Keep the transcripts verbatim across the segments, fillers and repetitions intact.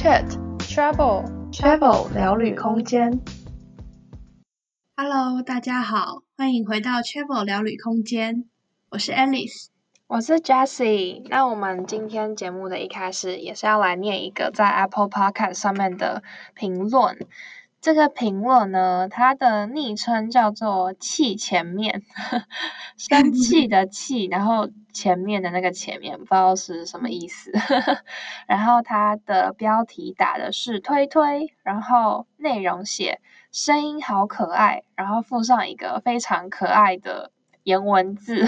Chat Travel Travel 聊旅空间。 Hello， 大家好，欢迎回到 Travel 聊旅空间，我是 Alice， 我是 Jessie。那我们今天节目的一开始也是要来念一个在 Apple Podcast 上面的评论。这个评论呢，它的昵称叫做气前面，生气的气，然后前面的那个前面，不知道是什么意思。然后它的标题打的是推推，然后内容写声音好可爱，然后附上一个非常可爱的颜文字。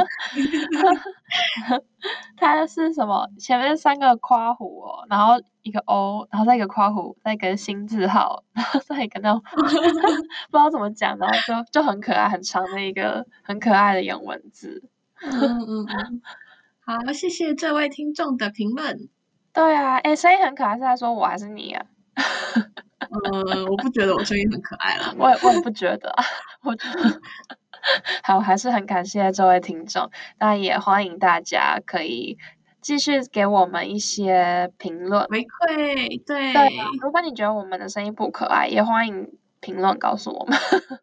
它是什么？前面三个括弧哦，然后一个 O， 然后再一个括弧，再一个星字号，然后再一个那种不知道怎么讲，然后就就很可爱，很长的一个很可爱的颜文字。 嗯嗯嗯，好，谢谢这位听众的评论。 对啊，诶，声音很可爱，是在说我还是你啊？ 呃，我不觉得我声音很可爱啦。 我也我也不觉得啊，我觉得好，还是很感谢这位听众，那也欢迎大家可以继续给我们一些评论回馈。对， 对啊，如果你觉得我们的声音不可爱，也欢迎评论告诉我们。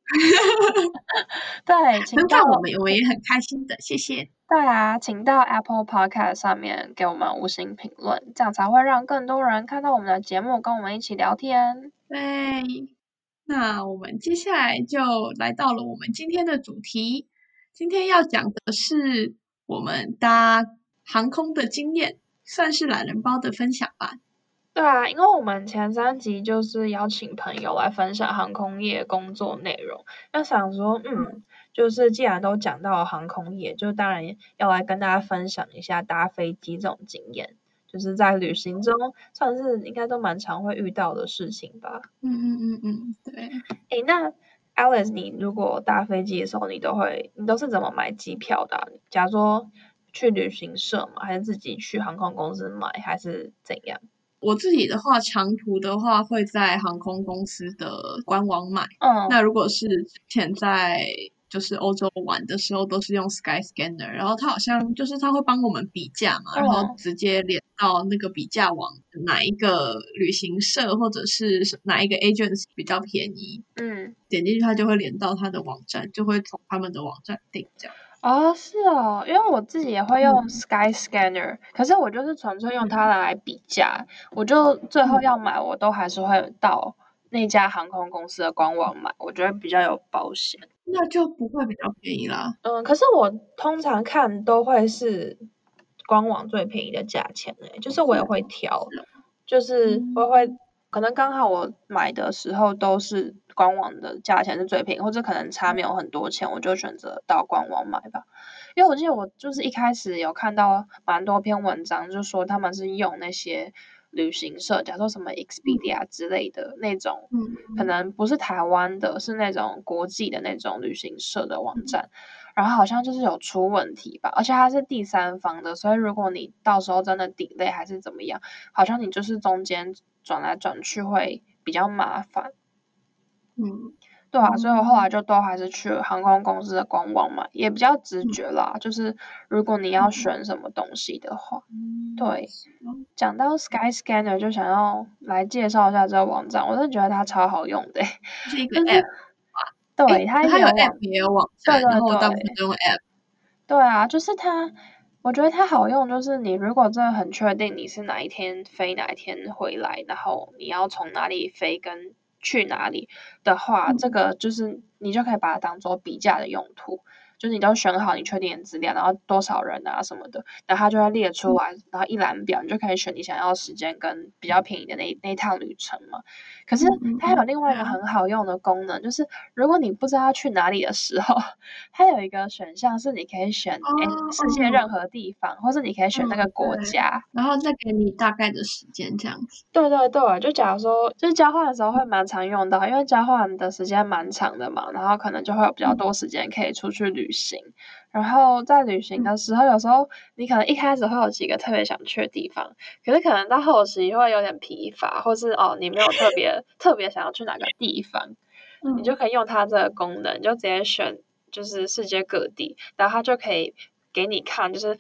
对，请到称赞我们，我们也很开心的，谢谢。 对啊，请到 Apple Podcast 上面给我们五星评论，这样才会让更多人看到我们的节目，跟我们一起聊天。 对，那我们接下来就来到了我们今天的主题。今天要讲的是我们搭航空的经验，算是懒人包的分享吧。 对啊，因为我们前三集就是邀请朋友来分享航空业工作内容，那想说，嗯，就是既然都讲到了航空业，就当然要来跟大家分享一下搭飞机这种经验，就是在旅行中算是应该都蛮常会遇到的事情吧。 嗯嗯嗯嗯，对。 诶，那 Alice， 你如果搭飞机的时候，你都会，你都是怎么买机票的啊？假如说去旅行社吗？还是自己去航空公司买，还是怎样？ 我自己的话，长途的话会在航空公司的官网买。 嗯， 那如果是之前在就是欧洲玩的时候，都是用 Skyscanner，然后它好像就是它会帮我们比价嘛，然后嗯直接连到那个比价网，哪一个旅行社或者是哪一个 agency 比较便宜， 嗯， 点进去它就会连到它的网站，就会从他们的网站订这样。 哦，是哦，因为我自己也会用嗯 Skyscanner，可是我就是纯粹用它来比价，我就最后要买，我都还是会到那家航空公司的官网买，我觉得比较有保险。 那就不会比较便宜啦。 嗯，可是我通常看都会是官网最便宜的价钱诶，就是我也会挑，就是我会可能刚好我买的时候都是官网的价钱是最便宜，或者可能差没有很多钱，我就选择到官网买吧。因为我记得我就是一开始有看到蛮多篇文章，就说他们是用那些旅行社，假如说什么 Expedia 之类的那种， 嗯可能不是台湾的，是那种国际的那种旅行社的网站，然后好像就是有出问题吧，而且它是第三方的，所以如果你到时候真的 delay 还是怎么样，好像你就是中间转来转去会比较麻烦。 嗯。 对啊，所以我后来就都还是去航空公司的官网买，也比较直觉啦。就是如果你要选什么东西的话，对。讲到 Skyscanner，就想要来介绍一下这个网站，我真的觉得它超好用的， 是一个就是 app。 对它它有也有 app 网， 也有网对站，然对后我大部分对都用 app。 对啊，就是它，我觉得它好用，就是你如果真的很确定你是哪一天飞哪一天回来，然后你要从哪里飞跟去哪里的话，这个就是你就可以把它当做比价的用途。就是你都选好你确定的资料，然后多少人啊什么的，然后它就会列出来，然后一览表，你就可以选你想要的时间跟比较便宜的那那一趟旅程嘛。可是它还有另外一个很好用的功能，就是如果你不知道要去哪里的时候，它有一个选项是你可以选哎世界任何地方，或是你可以选那个国家， 然后再给你大概的时间这样子。 对对对，就假如说，就是交换的时候会蛮常用到，因为交换的时间蛮长的嘛，然后可能就会有比较多时间可以出去旅行。然后在旅行的时候，有时候你可能一开始会有几个特别想去的地方，可是可能到后期会有点疲乏，或是哦你没有特别特别想要去哪个地方，你就可以用它这个功能，就直接选就是世界各地，然后它就可以给你看，就是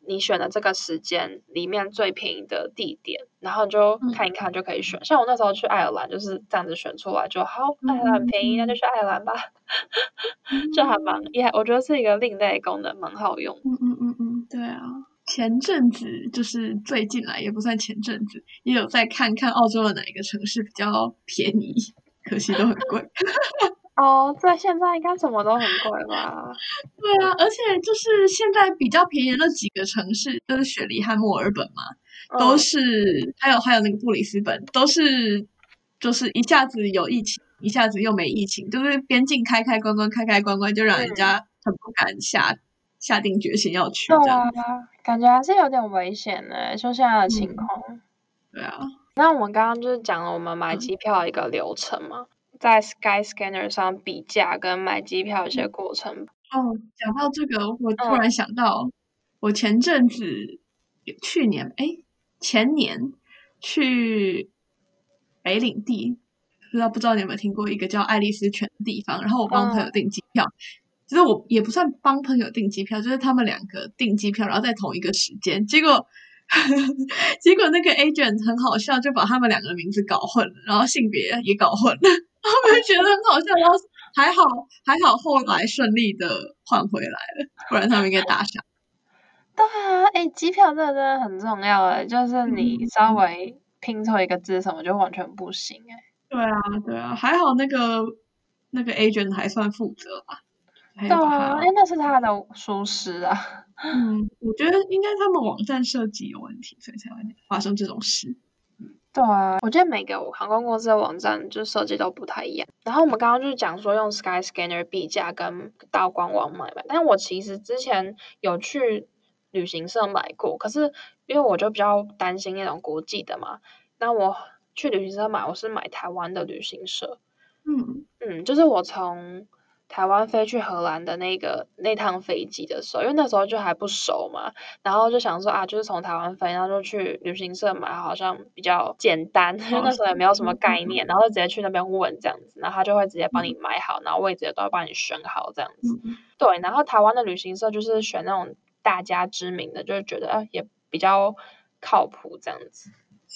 你选的这个时间里面最便宜的地点，然后你就看一看就可以选。嗯、像我那时候去爱尔兰就是这样子选出来就好，爱尔兰很便宜，那就去爱尔兰吧。就还蛮也，我觉得是一个另类功能，蛮好用。 嗯嗯嗯嗯，对啊。前阵子就是最近来，也不算前阵子，也有再看看澳洲的哪一个城市比较便宜，可惜都很贵。 哦，在现在应该什么都很贵吧？ 对啊，而且就是现在比较便宜的那几个城市，就是雪梨和墨尔本嘛，嗯、都是还有还有那个布里斯本，都是就是一下子有疫情，一下子又没疫情，就是边境开开关关开开关关，就让人家很不敢下、嗯、下定决心要去。 对啊，感觉还是有点危险的，就现在的情况、 嗯。对啊。 那我们刚刚就是讲了我们买机票的一个流程嘛，嗯、在 Skyscanner 上比价跟买机票一些过程。 哦，讲到这个，我突然想到，嗯、我前阵子去年哎前年去北领地，不知道不知道你有没有听过一个叫爱丽丝泉的地方，然后我帮朋友订机票。嗯其实我也不算帮朋友订机票，就是他们两个订机票，然后在同一个时间，结果结果那个 agent 很好笑，就把他们两个名字搞混了，然后性别也搞混了，然后我就觉得很好笑，然后还好还好后来顺利的换回来了，不然他们应该打傻。 对啊，哎，机票这个真的很重要哎，就是你稍微拼错一个字什么就完全不行哎。 对啊对啊，还好那个那个 agent 还算负责吧。 对啊，哎，那是他的疏失啊。 嗯，我觉得应该他们网站设计有问题，所以才会发生这种事。 对啊，我觉得每个航空公司的网站就设计都不太一样。然后我们刚刚就是讲说用 Skyscanner 比价跟到官网买嘛，但我其实之前有去旅行社买过，可是因为我就比较担心那种国际的嘛，那我去旅行社买，我是买台湾的旅行社。 嗯嗯，就是我从台湾飞去荷兰的那个那趟飞机的时候，因为那时候就还不熟嘛，然后就想说啊，就是从台湾飞，然后就去旅行社买，好像比较简单，因为那时候也没有什么概念，然后就直接去那边问这样子，然后他就会直接帮你买好，然后位置也都会帮你选好这样子。对，然后台湾的旅行社就是选那种大家知名的，就是觉得啊也比较靠谱这样子。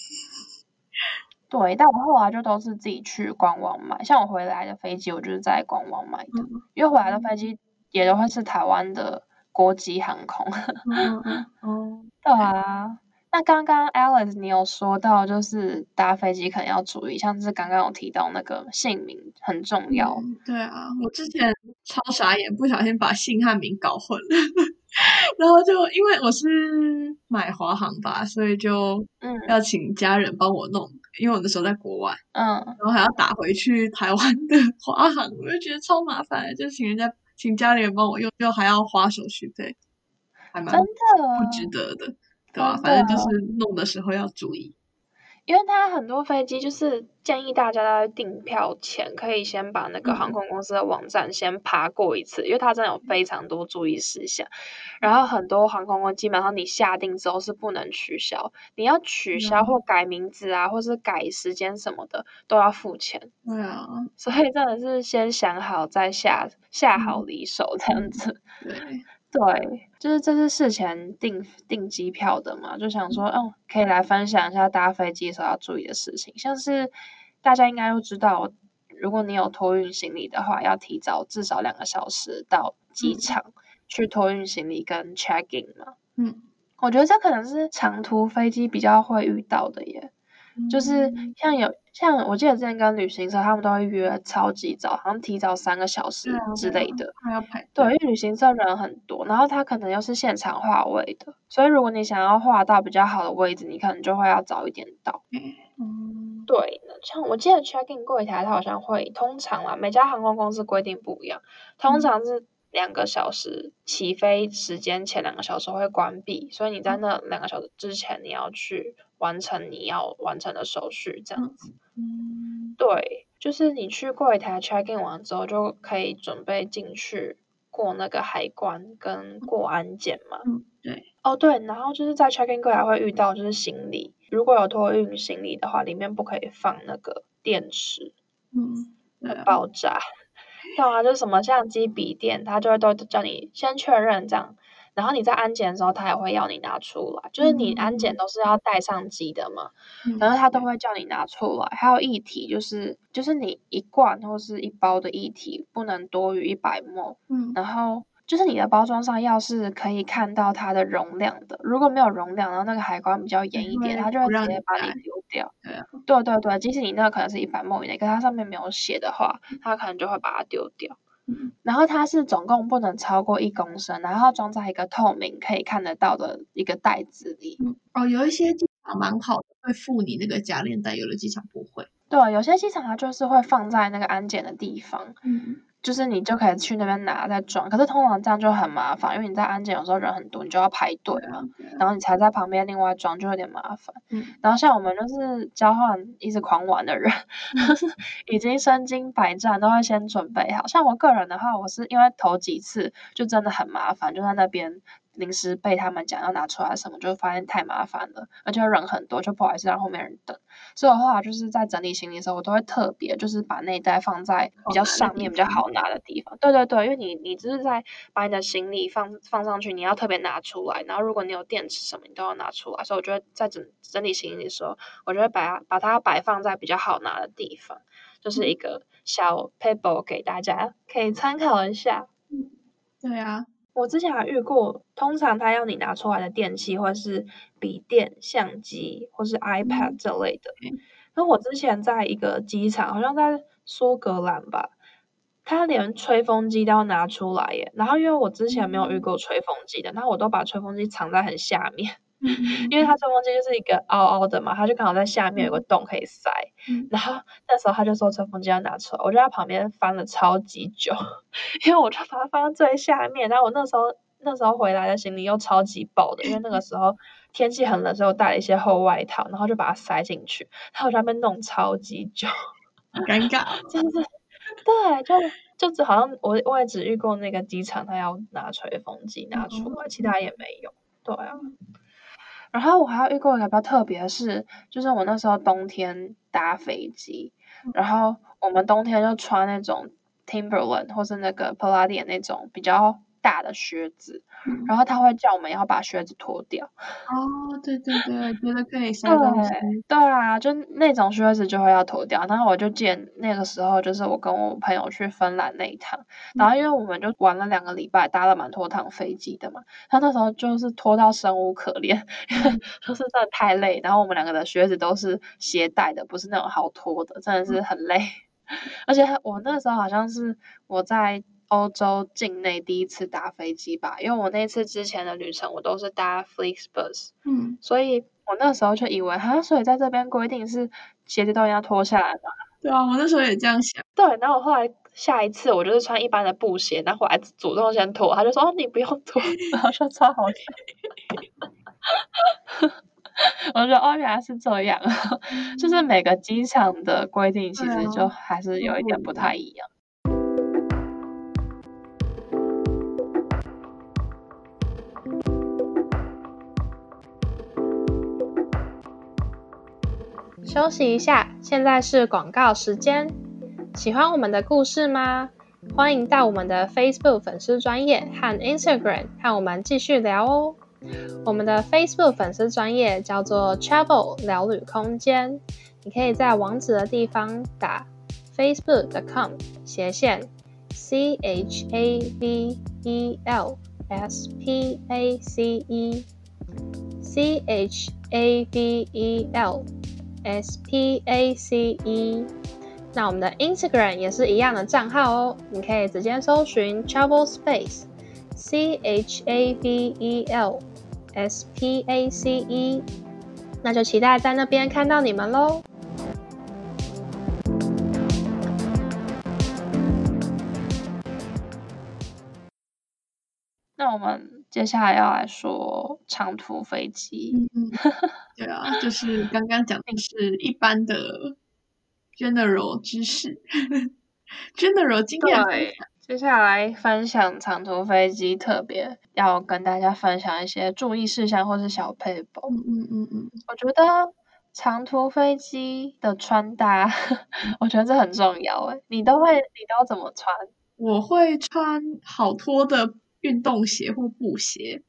对，但我后来就都是自己去官网买，像我回来的飞机，我就是在官网买的，嗯、因为回来的飞机也都会是台湾的国际航空。嗯嗯嗯，对啊。那刚刚 Alice 你有说到，就是搭飞机可能要注意，像是刚刚有提到那个姓名很重要。 嗯、对啊，我之前超傻眼，不小心把姓和名搞混了。然后就因为我是买华航吧，所以就要请家人帮我弄，因为我那时候在国外，嗯，然后还要打回去台湾的华航，我就觉得超麻烦，就请人家请家里人帮我用，又还要花手续费，还蛮真的不值得的，对吧？反正就是弄的时候要注意。 因为它很多飞机就是建议大家在订票前可以先把那个航空公司的网站先爬过一次，嗯、因为它真的有非常多注意事项。然后很多航空公司基本上你下定之后是不能取消，你要取消或改名字啊，或是改时间什么的都要付钱。 对啊， 所以真的是先想好再下下好离手这样子。 嗯、对。 对，就是这是事前订订机票的嘛，就想说，嗯，可以来分享一下搭飞机的时候要注意的事情，像是大家应该都知道，如果你有托运行李的话，要提早至少两个小时到机场、嗯、去托运行李跟 check in 嘛。嗯，我觉得这可能是长途飞机比较会遇到的耶。就是像有像我记得之前跟旅行社他们都会约超级早，好像提早三个小时之类的。 还要排队。 对，因为旅行社人很多，然后他可能又是现场划位的，所以如果你想要划到比较好的位置，你可能就会要早一点到。嗯，对，像我记得 check in 柜台，它好像会通常啦，每家航空公司规定不一样，通常是两个小时起飞时间前两个小时会关闭，所以你在那两个小时之前，你要去完成你要完成的手续，这样子。嗯，对，就是你去柜台 check in 完之后，就可以准备进去过那个海关跟过安检嘛。 嗯，对。 哦，对，然后就是在 check in 柜台会遇到就是行李，如果有托运行李的话，里面不可以放那个电池，嗯，会爆炸。对啊，就是什么相机、笔电，他就会都叫你先确认这样， 然后你在安检的时候，他也会要你拿出来，就是你安检都是要带上机的嘛， 嗯然后他都会叫你拿出来。还有液体，就是就是你一罐或是一包的液体不能多于一百 毫升， 嗯， 然后就是你的包装上要是可以看到它的容量的，如果没有容量，然后那个海关比较严一点，他就会直接把你丢掉。 对啊， 对对对，即使你那个可能是一百 毫升以内，可它上面没有写的话，他可能就会把它丢掉。 嗯然后它是总共不能超过一公升，然后装在一个透明可以看得到的一个袋子里。 嗯，哦，有一些机场蛮好的，会附你那个夹链袋，有的机场不会。 对，有些机场它就是会放在那个安检的地方， 嗯， 就是你就可以去那边拿再装。可是通常这样就很麻烦，因为你在安检有时候人很多，你就要排队嘛，然后你才在旁边另外装，就有点麻烦。 嗯， 然后像我们就是交换一直狂玩的人，已经身经百战，都会先准备好。像我个人的话，我是因为头几次就真的很麻烦，就在那边临时被他们讲要拿出来什么，就发现太麻烦了，而且人很多，就不好意思让后面人等。所以的话，就是在整理行李的时候，我都会特别就是把内袋放在比较上面、比较好拿的地方。对对对，因为你你只是在把你的行李放放上去，你要特别拿出来，然后如果你有电池什么，你都要拿出来。所以我觉得在整整理行李的时候，我就会把把它摆放在比较好拿的地方，就是一个小 paper 给大家可以参考一下。 嗯，对啊。 我之前还遇过，通常他要你拿出来的电器，或是笔电、相机，或是 iPad 这类的。然后我之前在一个机场，好像在苏格兰吧，他连吹风机都要拿出来耶。然后因为我之前没有遇过吹风机的，然后我都把吹风机藏在很下面，因为它吹风机就是一个凹凹的嘛，它就刚好在下面有个洞可以塞。然后那时候他就说吹风机要拿出来，我就在旁边翻了超级久，因为我就把它放在最下面。然后我那时候那时候回来的行李又超级爆的，因为那个时候天气很冷，所以我带了一些厚外套，然后就把它塞进去。然后我在那边弄超级久， 好尴尬， 真的是对，就就只好像我我也只遇过那个机场，他要拿吹风机拿出来，其他也没有。对啊。然后我还有遇过一个比较特别的是，就是我那时候冬天搭飞机，然后我们冬天就穿那种 Timberland 或是那个 Palladium 那种比较大的靴子，然后他会叫我们要把靴子脱掉。 哦，对对对，觉得可以塞对东西。 对啊，就那种靴子就会要脱掉。然后我就记得那个时候，就是我跟我朋友去芬兰那一趟，然后因为我们就玩了两个礼拜，搭了蛮多趟飞机的嘛，他那时候就是脱到生无可恋，就是真的太累。然后我们两个的靴子都是携带的，不是那种好脱的，真的是很累。而且我那时候好像是我在欧洲境内第一次搭飞机吧，因为我那次之前的旅程我都是搭 Flixbus， 嗯， 所以我那时候就以为哈，所以在这边规定是鞋子都要脱下来嘛。 对啊，我那时候也这样想。 对，然后我后来下一次我就是穿一般的布鞋，然后我还主动先脱，他就说哦你不用脱，然后就超好笑。我觉得哦，原来是这样，就是每个机场的规定其实就还是有一点不太一样。休息一下，现在是广告时间。喜欢我们的故事吗？欢迎到我们的 Facebook 粉丝专页和 Instagram 和我们继续聊哦。我们的 Facebook 粉丝专页叫做 Travel 聊旅空间，你可以在网址的地方打 facebook dot com 斜线 C H A V E L S P A C E C H A V E L S P A C E。那我们的 Instagram 也是一样的账号哦，你可以直接搜寻 Travel Space C H A V E L S P A C E， 那就期待在那边看到你们咯。那我们接下来要来说长途飞机。 嗯嗯，对啊，就是刚刚讲的是一般的 general 知识，general 经验分享。 接下来分享长途飞机，特别要跟大家分享一些注意事项或是小撇步。 嗯嗯嗯嗯， 我觉得长途飞机的穿搭，我觉得这很重要诶。你都会，你都怎么穿？ 我会穿好拖的运动鞋或布鞋，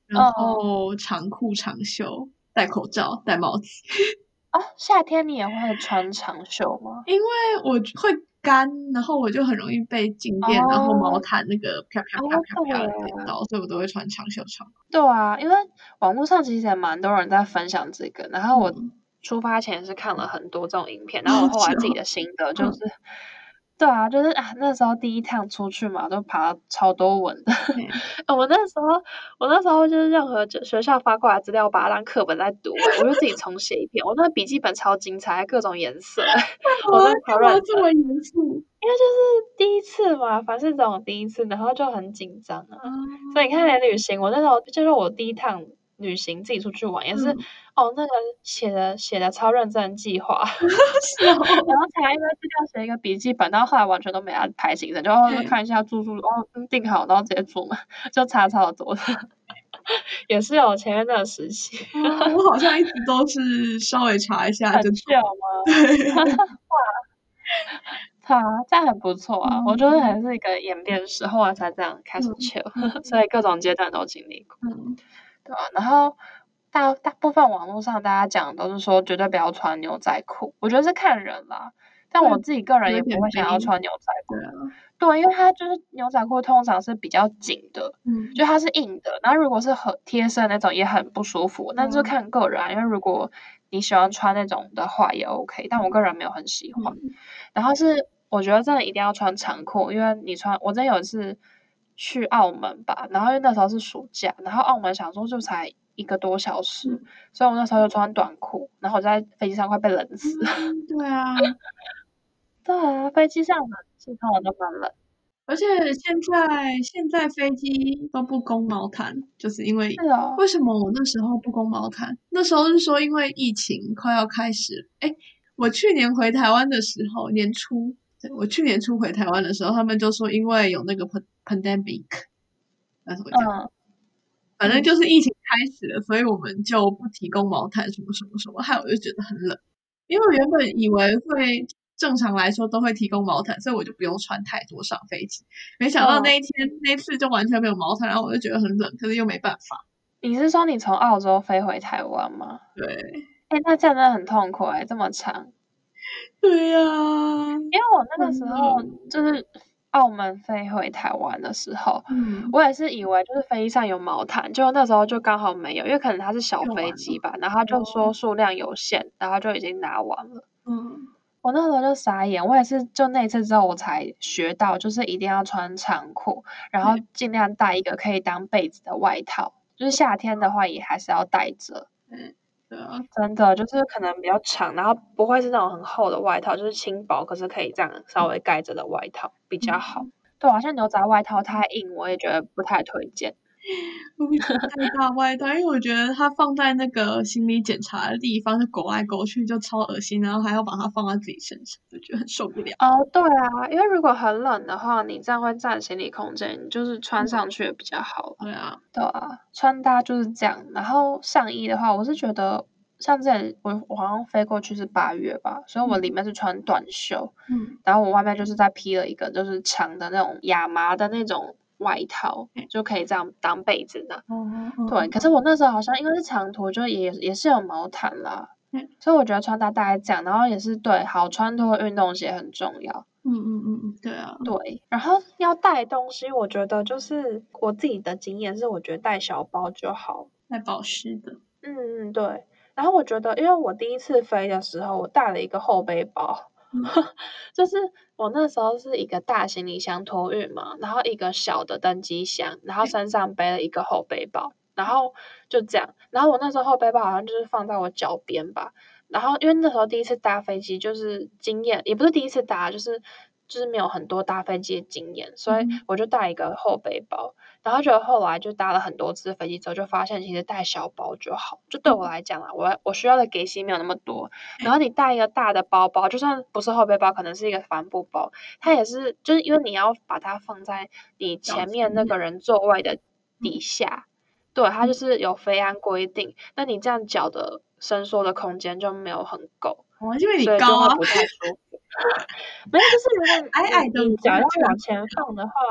然后长裤长袖，戴口罩，戴帽子。 哦，夏天你也会穿长袖吗？ 因为我会干，然后我就很容易被静电，然后毛哦， 毯那个啪啪啪哦， 啪啪的对电到，所以我都会穿长袖长裤。 对啊，因为网络上其实也蛮多人在分享这个，然后我嗯出发前是看了很多这种影片，然后好我后来自己久的心得就嗯是，对啊，就是啊那时候第一趟出去嘛，都爬了超多文的。 对我那时候我那时候就是任何就学校发过来的资料，把它当课本在读、欸，我就自己重写一篇。我那个笔记本超精彩，各种颜色、欸，我真的超干嘛认真。 这么严肃？ 因为就是第一次嘛，凡是这种第一次，然后就很紧张啊。所以你看，连旅行，我那时候就是我第一趟旅行自己出去玩，也是、 嗯， 哦，那个写的写的超认真的计划， 是哦， 然后查一个资料，写一个笔记本，然后后来完全都没安排行程，就哦就看一下住宿，哦嗯订好，然后直接出门，就差超多的，也是有前面那个时期， 哦，我好像一直都是稍微查一下就很走。 秀吗？ 对， 好啊，这样很不错啊，我觉得嗯还是一个演变史，后来才这样开始嗯 chill， 嗯所以各种阶段都经历过， 嗯， 对吧、然后大大部分网络上大家讲的都是说绝对不要穿牛仔裤，我觉得是看人啦，但我自己个人有也不点悲， 会想要穿牛仔裤， 对啊， 对，因为它就是牛仔裤通常是比较紧的， 嗯就它是硬的，然后如果是很贴身那种也很不舒服，那就嗯看个人啊，因为如果你喜欢穿那种的话也 OK，但我个人没有很喜欢。 嗯然后是我觉得真的一定要穿长裤，因为你穿我真有一次去澳门吧，然后因为那时候是暑假，然后澳门想说就才一个多小时， 嗯所以我那时候就穿短裤，然后我在飞机上快被冷死。 嗯，对啊。 对啊，飞机上冷气通常都蛮冷。 而且现在现在飞机都不供毛毯，就是因为是哦， 为什么我那时候不供毛毯？那时候是说因为疫情快要开始，哎，我去年回台湾的时候，年初，对，我去年初回台湾的时候，他们就说因为有那个 pan- pandemic，那怎么讲？ 嗯反正就是疫情开始了，所以我们就不提供毛毯什么什么什么，害我就觉得很冷。因为我原本以为会正常来说都会提供毛毯，所以我就不用穿太多上飞机。没想到嗯， 那一天那次就完全没有毛毯，然后我就觉得很冷，可是又没办法。 你是说你从澳洲飞回台湾吗？ 对， 哎，那这样真的很痛苦哎，这么长。 对呀、 因为我那个时候嗯就是澳门飞回台湾的时候， 嗯， 我也是以为就是飞机上有毛毯，结果那时候就刚好没有，因为可能它是小用完了。 飞机吧，然后他就说数量有限，然后就已经拿完了。 嗯我那时候就傻眼，我也是就那一次之后我才学到，就是一定要穿长裤，然后尽量带一个可以当被子的外套，就是夏天的话也还是要带着。 对对啊， 真的就是可能比较长，然后不会是那种很厚的外套，就是轻薄，可是可以这样稍微盖着的外套比较好。 嗯， 对啊，像牛仔外套太硬，我也觉得不太推荐。 我不想太大外套，因为我觉得它放在那个行李检查的地方，就勾来勾去就超恶心，然后还要把它放在自己身上，就觉得很受不了。 哦，对啊，因为如果很冷的话，你这样会占行李空间，你就是穿上去也比较好了。 对啊， 对啊，穿搭就是这样。然后上衣的话，我是觉得像之前我我好像飞过去是八月吧，所以我里面是穿短袖， 嗯然后我外面就是再披了一个就是长的那种亚麻的那种外套，就可以这样当被子的。 哦， 对，可是我那时候好像因为是长途，就也也是有毛毯啦， 嗯所以我觉得穿搭大概这样，然后也是对好穿脱运动鞋很重要。 嗯嗯嗯嗯，对啊， 对，然后要带东西，我觉得就是我自己的经验是，我觉得带小包就好。 带保湿的， 嗯嗯，对。然后我觉得，因为我第一次飞的时候，我带了一个后背包， 嗯就是我那时候是一个大行李箱托运嘛，然后一个小的登机箱，然后身上背了一个后背包，然后就这样。然后我那时候后背包好像就是放在我脚边吧，然后因为那时候第一次搭飞机，就是经验也不是第一次搭，就是就是没有很多搭飞机的经验，所以嗯我就带一个后背包。然后觉得后来就搭了很多次飞机之后，就发现其实带小包就好。就对我来讲啊，我我需要的给息没有那么多。然后你带一个大的包包，就算不是后背包，可能是一个帆布包，它也是就是因为你要把它放在你前面那个人座位的底下，对，它就是有飞安规定。那你这样脚的伸缩的空间就没有很够， 哦，因为你所以就高啊， 会不太舒服。没有，就是如果矮矮的你你脚要不会觉得往前放的话。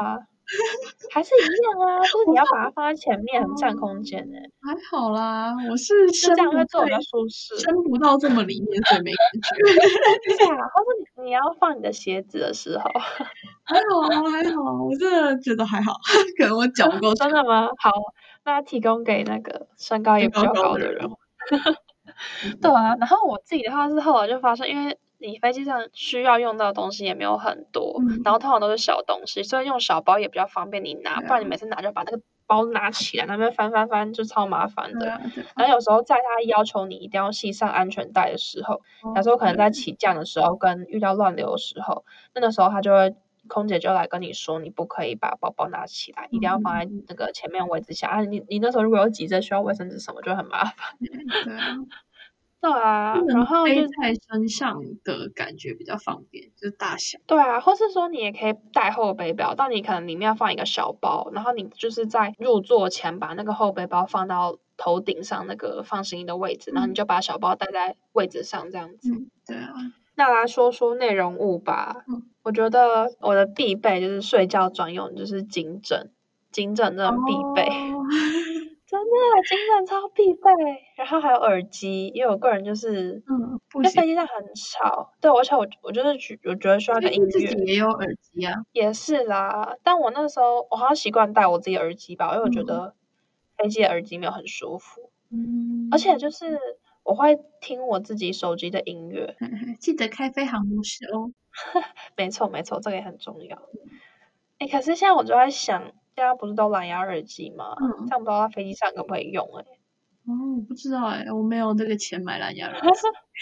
还是一样啊，就是你要把它放在前面，很占空间诶、欸。 还好啦，我是就这样伸不在会坐比较舒适。 伸不到这么里面，所以没感觉。 真假？或者你你要放你的鞋子的时候， 还好啊，还好，我真的觉得还好，可能我脚不够长， 真的吗？好，那提供给那个身高也身高比较高的人。 高的人。 对啊，然后我自己的话是后来就发现，因为你飞机上需要用到的东西也没有很多， 嗯然后通常都是小东西，所以用小包也比较方便你拿， 对啊不然你每次拿就把那个包拿起来，那边翻翻翻就超麻烦的。 对啊，对啊。 然后有时候在他要求你一定要系上安全带的时候，有时候可能在起降的时候跟遇到乱流的时候，那个时候他就会。空姐就来跟你说，你不可以把包包拿起来，一定要放在那个前面位置下。啊，你你那时候如果有急着需要卫生纸什么，就很麻烦。 对啊， 对啊， 不能然后就背在身上的感觉比较方便，就是大小。 对啊，或是说你也可以带后背包，但你可能里面要放一个小包，然后你就是在入座前把那个后背包放到头顶上那个放行李的位置，然后你就把小包带在位置上这样子。 嗯，对啊。 那来说说内容物吧， 嗯我觉得我的必备就是睡觉专用，就是颈枕，颈枕真的必备。 哦， 真的，颈枕超必备，然后还有耳机，因为我个人就是嗯，不在行， 飞机上很吵，对，而且我我就是觉我觉得需要一个飞机自己音乐， 也有耳机啊。 也是啦。但我那时候我好像习惯戴我自己的耳机吧，因为我觉嗯得飞机的耳机没有很舒服，而嗯， 且就是我会听我自己手机的音乐， 嘿嘿记得开飞行模式哦。 没错没错，这个也很重要。哎，可是现在我就在想，现在不是都蓝牙耳机吗？ 嗯， 这样不知道在飞机上可不可以用哎、 哦，我不知道哎，我没有这个钱买蓝牙耳机。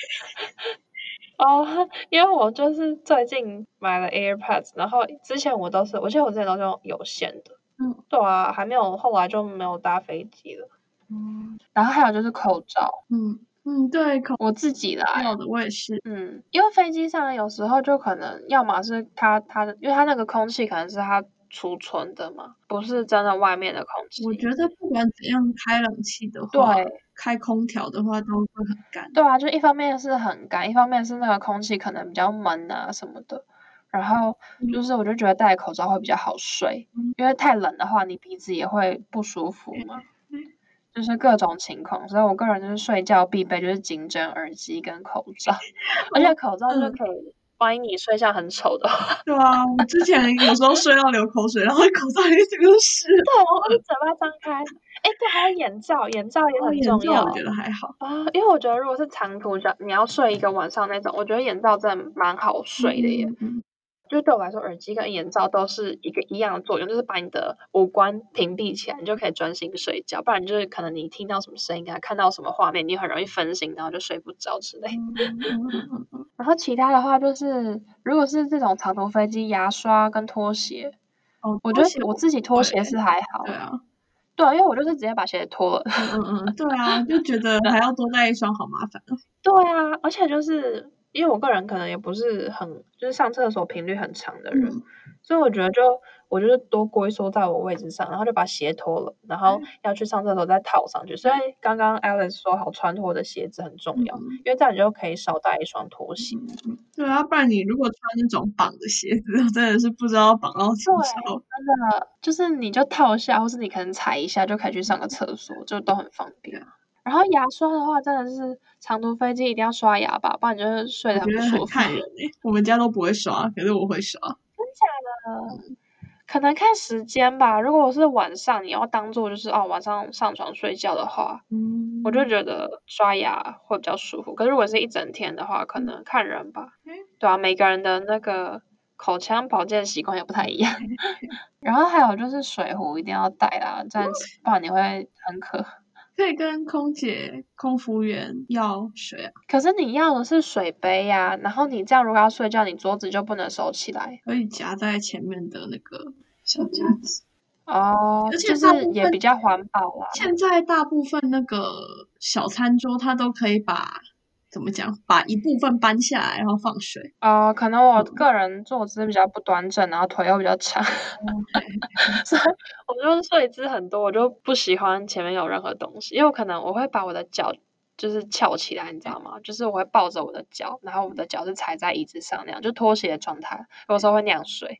哦，因为我就是最近买了 AirPods，然后之前我都是，我记得我之前都是用有线的， 嗯对啊，还没有，后来就没有搭飞机了。 嗯然后还有就是口罩， 嗯嗯，对，口我自己啦， 要的我也是。 嗯，因为飞机上有时候就可能，要么是它它的，因为它那个空气可能是它储存的嘛，不是真的外面的空气。 我觉得不管怎样开冷气的话， 对开空调的话都会很干。 对啊，就一方面是很干，一方面是那个空气可能比较闷啊什么的。然后就是我就觉得戴口罩会比较好睡， 嗯因为太冷的话，你鼻子也会不舒服嘛。就是各种情况，所以我个人就是睡觉必备就是颈枕、耳机跟口罩，而且口罩就嗯， 可以万一你睡相很丑的话， 对啊，我之前有时候睡到流口水，然后口罩里整个都湿了。 对，我是嘴巴张开。哎，对，还有眼罩，眼罩也哦， 很眼重要罩我觉得还好。 啊，因为我觉得如果是长途的，你要睡一个晚上那种，我觉得眼罩真的蛮好睡的耶。 嗯嗯就对我来说，耳机跟眼罩都是一个一样的作用，就是把你的五官屏蔽起来，你就可以专心睡觉。不然就是可能你听到什么声音啊，看到什么画面，你很容易分心，然后就睡不着之类的。 嗯嗯嗯嗯， 然后其他的话就是，如果是这种长途飞机，牙刷跟拖鞋， 哦， 我觉拖鞋得我自己拖鞋是还好， 对啊， 对啊，因为我就是直接把鞋脱了。 嗯嗯嗯，对啊，就觉得还要多带一双，好麻烦哦。 对啊，而且就是因为我个人可能也不是很就是上厕所频率很长的人， 嗯， 所以我觉得就我就是多龟缩在我位置上，然后就把鞋脱了，然后要去上厕所再套上去。所以刚刚 Alice 说好穿脱的鞋子很重要， 嗯因为这样你就可以少带一双拖鞋。 嗯嗯，对啊，不然你如果穿那种绑的鞋子，真的是不知道绑到什么时候。 真的就是你就套下，或是你可能踩一下就可以去上个厕所，就都很方便。然后牙刷的话，真的是长途飞机一定要刷牙吧，不然你就是睡得我觉得很很不舒服。 看人诶，我们家都不会刷，可是我会刷。 真假的？可能看时间吧。如果是晚上，你要当做就是哦晚上上床睡觉的话， 嗯， 我就觉得刷牙会比较舒服。可是如果是一整天的话，可能看人吧。对啊，每个人的那个口腔保健习惯也不太一样。然后还有就是水壶一定要带啦，这样不然你会很渴。 可以跟空姐、空服员要水啊， 可是你要的是水杯呀、然后你这样如果要睡觉，你桌子就不能收起来可以夹在前面的那个小夹子。 哦， 而且就是大部分也比较环保啦。 现在大部分那个小餐桌，它都可以把怎么讲，把一部分搬下来，然后放水。 呃，可能我个人坐姿比较不端正，然后腿又比较长，所以我就是睡姿很多，我就不喜欢前面有任何东西，因为我可能我会把我的脚就是翘起来，你知道吗？就是我会抱着我的脚，然后我的脚是踩在椅子上那样，就拖鞋的状态，有时候会那样睡。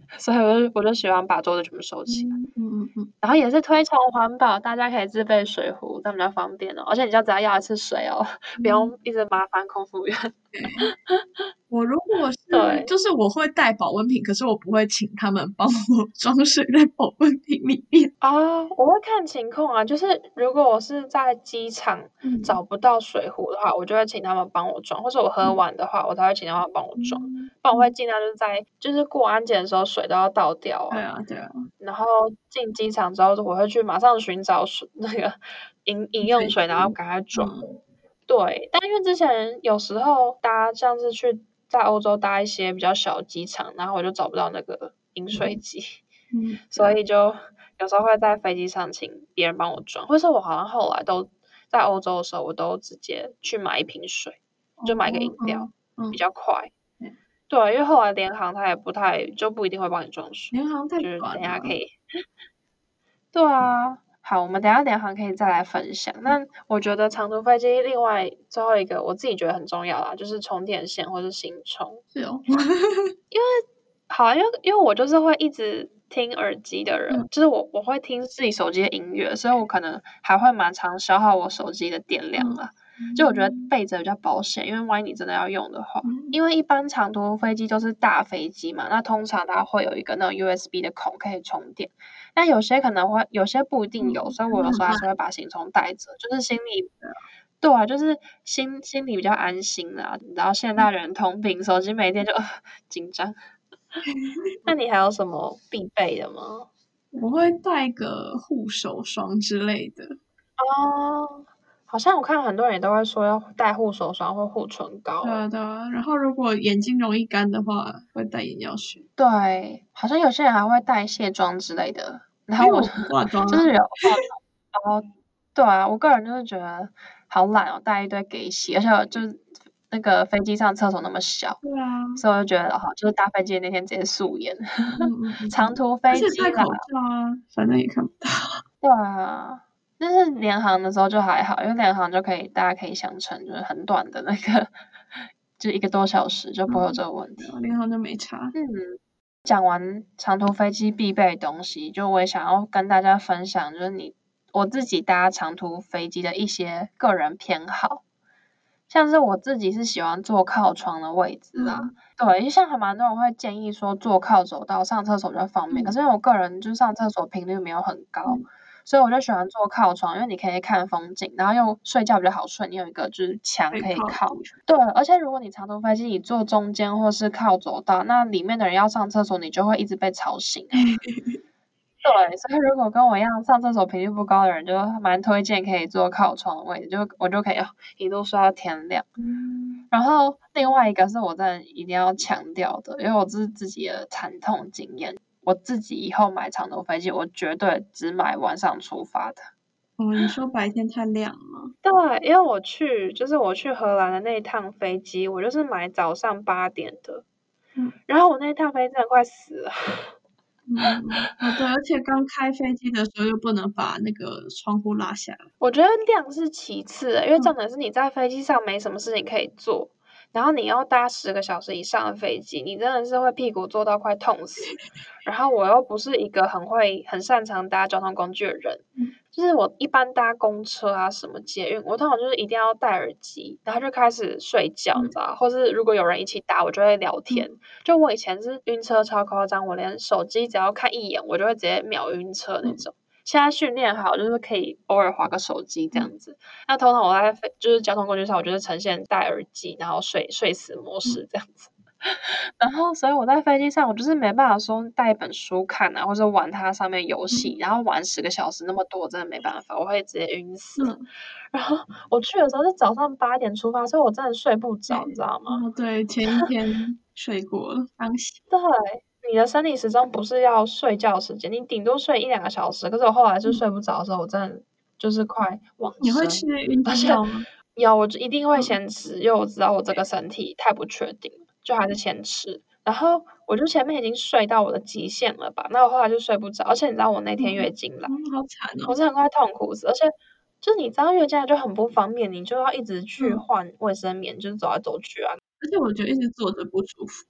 所以我就我就喜欢把桌子全部收起来。 嗯嗯嗯， 然后也是推崇环保，大家可以自备水壶，这样比较方便哦。而且你就只要要一次水哦，不用一直麻烦空服员。 对。我如果是对， 就是我会带保温瓶，可是我不会请他们帮我装水在保温瓶里面。 啊，我会看情况啊，就是如果我是在机场嗯找不到水壶的话，我就会请他们帮我装，或者我喝完的话，我才会请他们帮我装。 嗯， 不然我会尽量就是在就是过安检的时候水都要倒掉对啊。 啊对啊， 然后进机场之后，我会去马上寻找水那个饮饮用水，然后赶快装。 嗯对，但因为之前有时候搭像是去在欧洲搭一些比较小的机场，然后我就找不到那个饮水机， 嗯， 所以就有时候会在飞机上请别人帮我装，或是我好像后来都在欧洲的时候，我都直接去买一瓶水，就买一个饮料， 嗯比较快。 嗯， 对，因为后来联航它也不太就不一定会帮你装水， 联航太就是等一下短了。 可以。对啊，好，我们等一下联航可以再来分享。那我觉得长途飞机另外最后一个我自己觉得很重要啦，就是充电线或是行充。 是哦， 好啊，因为因为我就是会一直听耳机的人， 嗯就是我我会听自己手机的音乐，所以我可能还会蛮常消耗我手机的电量啦。就我觉得备着比较保险，因为万一你真的要用的话， 嗯因为一般长途飞机都是大飞机嘛，那通常它会有一个那种 U S B 的孔可以充电，但有些可能会有些不一定有， 嗯所以我有时候还是会把行充带着，就是心里。对啊，就是心心里比较安心啦。然后现代人通病，手机没电就、呃、紧张。那你还有什么必备的吗？ 我会带个护手霜之类的。 哦，好像我看很多人也都会说要带护手霜或护唇膏对欸。 啊对啊，然后如果眼睛容易干的话，会带眼药水。 对，好像有些人还会带卸妆之类的。然后我因为我不化妆啊。 就是有化妆，然后对啊，我个人就是觉得好懒哦，带一堆给洗，而且我就是那个飞机上厕所那么小， 对啊， 所以我就觉得好，就是搭飞机的那天直接素颜。 嗯嗯嗯长途而且飞机啦， 戴口罩啊，反正也看不到。 对啊，但是联航的时候就还好，因为联航就可以大家可以想成就是很短的那个，就一个多小时就不会有这个问题。 对啊，联航就没差。 嗯，讲完长途飞机必备的东西，就我也想要跟大家分享，就是你我自己搭长途飞机的一些个人偏好。像是我自己是喜欢坐靠窗的位置啦， 嗯对，因为像还蛮多人会建议说坐靠走道上厕所比较方便，可嗯是因为我个人就是上厕所频率没有很高， 嗯所以我就喜欢坐靠窗，因为你可以看风景，然后又睡觉比较好睡，你有一个就是墙可以靠。对，而且如果你长途飞机你坐中间或是靠走道，那里面的人要上厕所，你就会一直被吵醒啊。对，所以如果跟我一样上厕所频率不高的人，就蛮推荐可以坐靠窗的位置，就我就可以哦一路睡到天亮。 嗯然后另外一个是我真的一定要强调的，因为我这是自己的惨痛经验，我自己以后买长途飞机，我绝对只买晚上出发的。 哦，你说白天太亮吗？ 对，因为我去就是我去荷兰的那一趟飞机，我就是买早上八点的， 嗯然后我那一趟飞机真的快死了。 嗯，哦对，而且刚开飞机的时候又不能把那个窗户拉下来。 我觉得量是其次的，因为嗯重点是你在飞机上没什么事情可以做，然后你要搭十个小时以上的飞机，你真的是会屁股坐到快痛死。然后我又不是一个很会、很擅长搭交通工具的人， 嗯就是我一般搭公车啊、什么捷运，我通常就是一定要戴耳机，然后就开始睡觉，你知道？或是如果有人一起搭，我就会聊天。就我以前是晕车超夸张，我连手机只要看一眼，我就会直接秒晕车那种。现在训练好，就是可以偶尔划个手机这样子。那通常我在飞就是交通工具上，我就是呈现戴耳机，然后睡睡死模式这样子。然后，所以我在飞机上，我就是没办法说带一本书看啊，或者玩它上面游戏，然后玩十个小时那么多，我真的没办法，我会直接晕死。 嗯， 然后我去的时候是早上八点出发，所以我真的睡不着，你知道吗？ 哦对，前一天睡过了，刚醒。 对，你的生理时钟不是要睡觉时间，你顶多睡一两个小时，可是我后来就睡不着的时候，我真的就是快往你会吃生。 晕而且机药吗？ 有，我就一定会嗯先吃，因为我知道我这个身体太不确定了，就还是先吃。然后我就前面已经睡到我的极限了吧，那我后来就睡不着，而且你知道我那天月经来， 嗯，好惨哦。 我真的快痛苦死，而且就是你知道月经来就很不方便，你就要一直去嗯换卫生棉，就是走来走去啊。 而且我觉得一直坐着不舒服。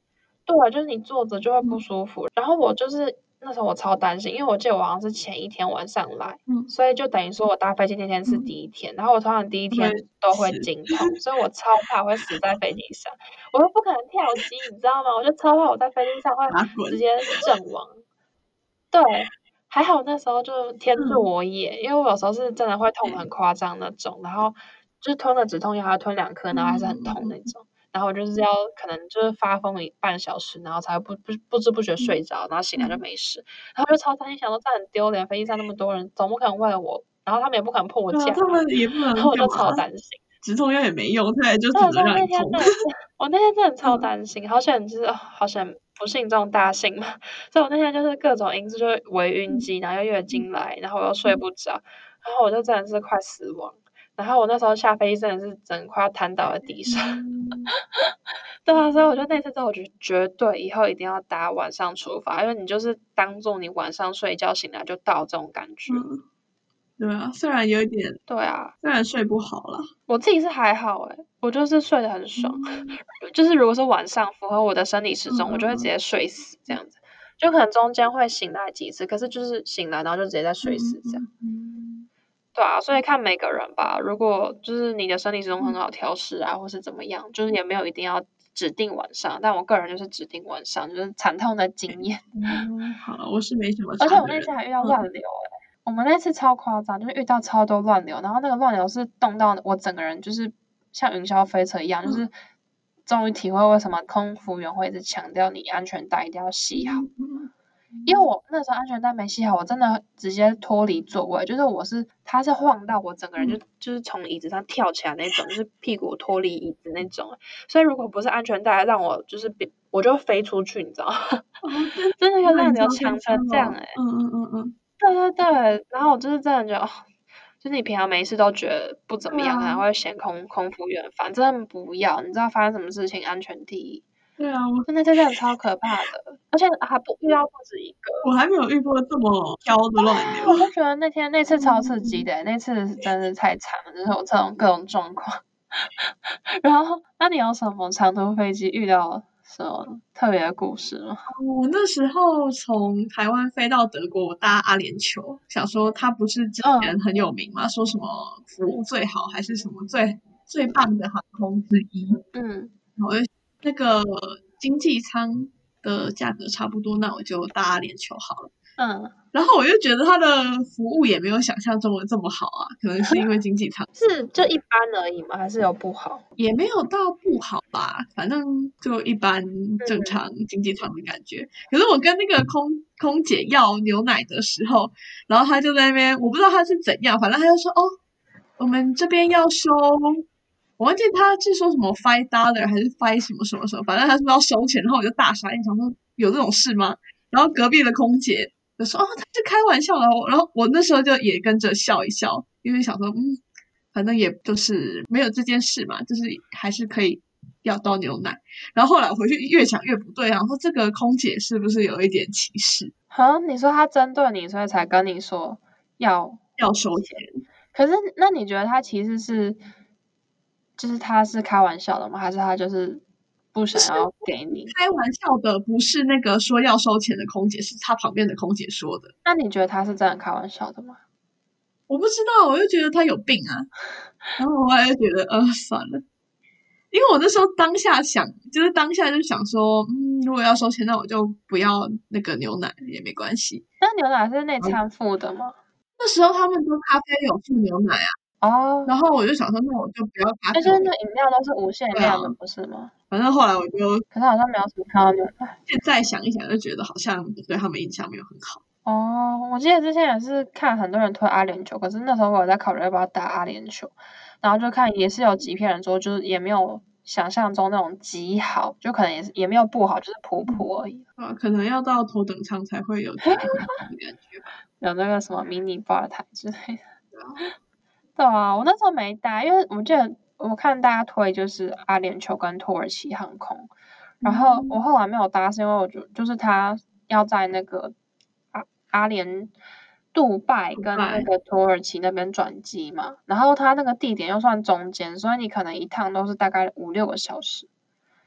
对，就是你坐着就会不舒服。然后我就是那时候我超担心，因为我记得我好像是前一天晚上来， 嗯所以就等于说我搭飞机那天是第一天，然后我通常第一天会都会死经痛，所以我超怕会死在飞机上，我又不可能跳机，你知道吗？我就超怕我在飞机上会打滚。 直接阵亡。对，还好那时候就天助嗯我也，因为我有时候是真的会痛得很夸张那种，然后就是吞了止痛药，还要吞两颗，然后还是很痛那嗯种。然后我就是要可能就是发疯一半小时，然后才不不不知不觉睡着，然后醒来就嗯没事。然后就超担心，想说这很丢脸，飞机上那么多人，总不可能为了我，然后他们也不可能破我对啊， 假啊， 他们也不能然后我就干嘛， 超担心。 止痛药也没用，他也就只对，所以我能让你痛。 那天真的是，我那天真的超嗯担心，好险就是哦好险不幸中大幸嘛。所以我那天就是各种因素，就是微晕嗯机，然后又月嗯经来，然后我又睡嗯不着，然后我就真的是快死亡。然后我那时候下飞机真的是整个快要瘫倒在地上。 嗯对啊，所以我觉得那次之后，我就绝对以后一定要搭晚上出发，因为你就是当做你晚上睡觉醒来就到这种感觉。 嗯，对啊，虽然有一点， 对啊， 虽然睡不好啦。 我自己是还好诶，我就是睡得很爽。 嗯就是如果是晚上符合我的生理时嗯钟，我就会嗯直接睡死这样子。就可能中间会醒来几次，可是就是醒来然后就直接再睡死这样。 嗯嗯对啊，所以看每个人吧。如果就是你的生理时钟很嗯好调试啊，或是怎么样，就是也没有一定要指定晚上。但我个人就是指定晚上，就是惨痛的经验。 嗯，好了，我是没什么而且我差的人。 那次还遇到嗯乱流诶、我们那次超夸张，就是遇到超多乱流，然后那个乱流是冻到我整个人就是像云霄飞车一样，就是终于体会为什么空服员会一直强调你安全带一定要系好。 嗯因为我那时候安全带没系好，我真的直接脱离座位，就是我是它是晃到我整个人就就是从椅子上跳起来那种，就是屁股脱离椅子那种。所以如果不是安全带让我就是别我就飞出去，你知道吗？ 哦，真真的那个乱那你超开流强成心哦。 这样诶、 嗯嗯嗯嗯， 对对对，然后我就是真的觉得，哦，就是你平常没事都觉得不怎么样，可对啊能会嫌空空服员烦，真的不要，你知道发生什么事情，安全第一。 对啊，我真的真的超可怕的，而且还不遇到不止一个。 我还没有遇过这么飘的乱流。 我就觉得那天那次超刺激的，那次真是太惨了，就是有这种各种状况。然后，那你有什么长途飞机遇到什么特别的故事吗？ 我那时候从台湾飞到德国，我搭阿联酋，想说它不是之前嗯很有名嘛，说什么服务最好还是什么最最棒的航空之一， 嗯然后我就那个经济舱的价格差不多，那我就搭阿联酋好了。 嗯， 然后我就觉得它的服务也没有想象中的这么好啊，可能是因为经济舱是就一般而已吗？还是有不好？ 也没有到不好吧，反正就一般正嗯常经济舱的感觉。可是我跟那个空空姐要牛奶的时候，然后她就在那边，我不知道她是怎样，反正她就说哦，我们这边要收，我忘记她是说什么 five dollar 还是 five 什么什么什么，反正她说要收钱，然后我就大傻眼，想说有这种事吗？然后隔壁的空姐就说哦，她是开玩笑的哦，然后我那时候就也跟着笑一笑，因为想说嗯。反正也就是没有这件事嘛，就是还是可以要到牛奶。然后后来回去越想越不对，然后这个空姐是不是有一点歧视， 好，你说他针对你，所以才跟你说要要收钱？ 可是，那你觉得他其实是，就是他是开玩笑的吗？还是他就是不想要给你？ 开玩笑的，不是那个说要收钱的空姐，是她旁边的空姐说的。 那你觉得他是真的开玩笑的吗？ 我不知道，我就觉得她有病啊。然后我后来就觉得，呃，算了。因为我那时候当下想，就是当下就想说，嗯，如果要收钱，那我就不要那个牛奶也没关系。 那牛奶是内餐付的吗？ 那时候他们都咖啡有附牛奶啊， 哦， 然后我就想说，那我就不要咖啡。 而且那饮料都是无限对啊， 量的，不是吗？ 反正后来我就可是好像没有什么看到牛奶。 现在想一想，就觉得好像对他们印象没有很好。 哦，我记得之前也是看很多人推阿联酋，可是那时候我有在考虑要不要打阿联酋，然后就看也是有几片人说，就是也没有想象中那种极好，就可能也是也没有不好，就是普普而已。 啊，可能要到头等舱才会有觉得很好的感觉吧。 有那个什么迷你吧台之类的。 对啊， 对啊，我那时候没搭，因为我记得我看大家推就是阿联酋跟土耳其航空，然后我后来没有搭，是因为我就就是他要在那个阿阿联杜拜跟那个土耳其那边转机嘛，然后他那个地点又算中间，所以你可能一趟都是大概五六个小时，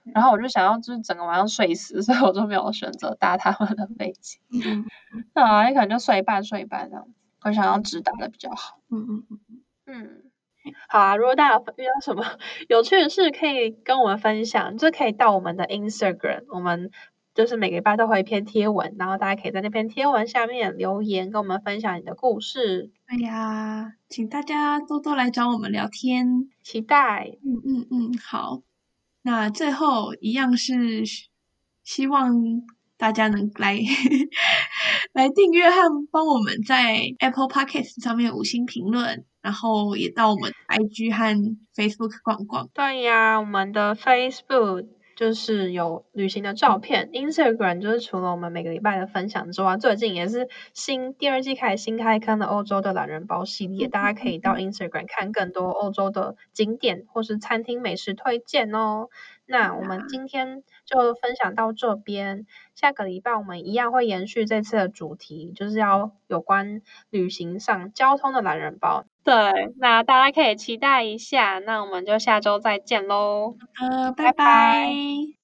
然后我就想要就是整个晚上睡死，所以我就没有选择搭他们的飞机。 嗯那啊，你可能就睡一半睡一半这样子。我想要直达的比较好。 嗯嗯嗯嗯，好啊，如果大家有遇到什么有趣的事，可以跟我们分享，就可以到我们的 Instagram，我们就是每个礼拜都会一篇贴文，然后大家可以在那篇贴文下面留言，跟我们分享你的故事。 哎呀，请大家多多来找我们聊天。 期待。 嗯嗯嗯，好。那最后一样是希望大家能来来订阅和帮我们在 Apple Podcast 上面五星评论，然后也到我们 I G 和 Facebook 逛逛。 对呀，我们的 Facebook 就是有旅行的照片，Instagram 就是除了我们每个礼拜的分享之外，最近也是新第二季开始新开坑的欧洲的懒人包系列，大家可以到 Instagram 看更多欧洲的景点或是餐厅美食推荐哦。那我们今天就分享到这边，下个礼拜我们一样会延续这次的主题，就是要有关旅行上交通的懒人包。对，那大家可以期待一下，那我们就下周再见喽， 呃，拜拜拜。 拜。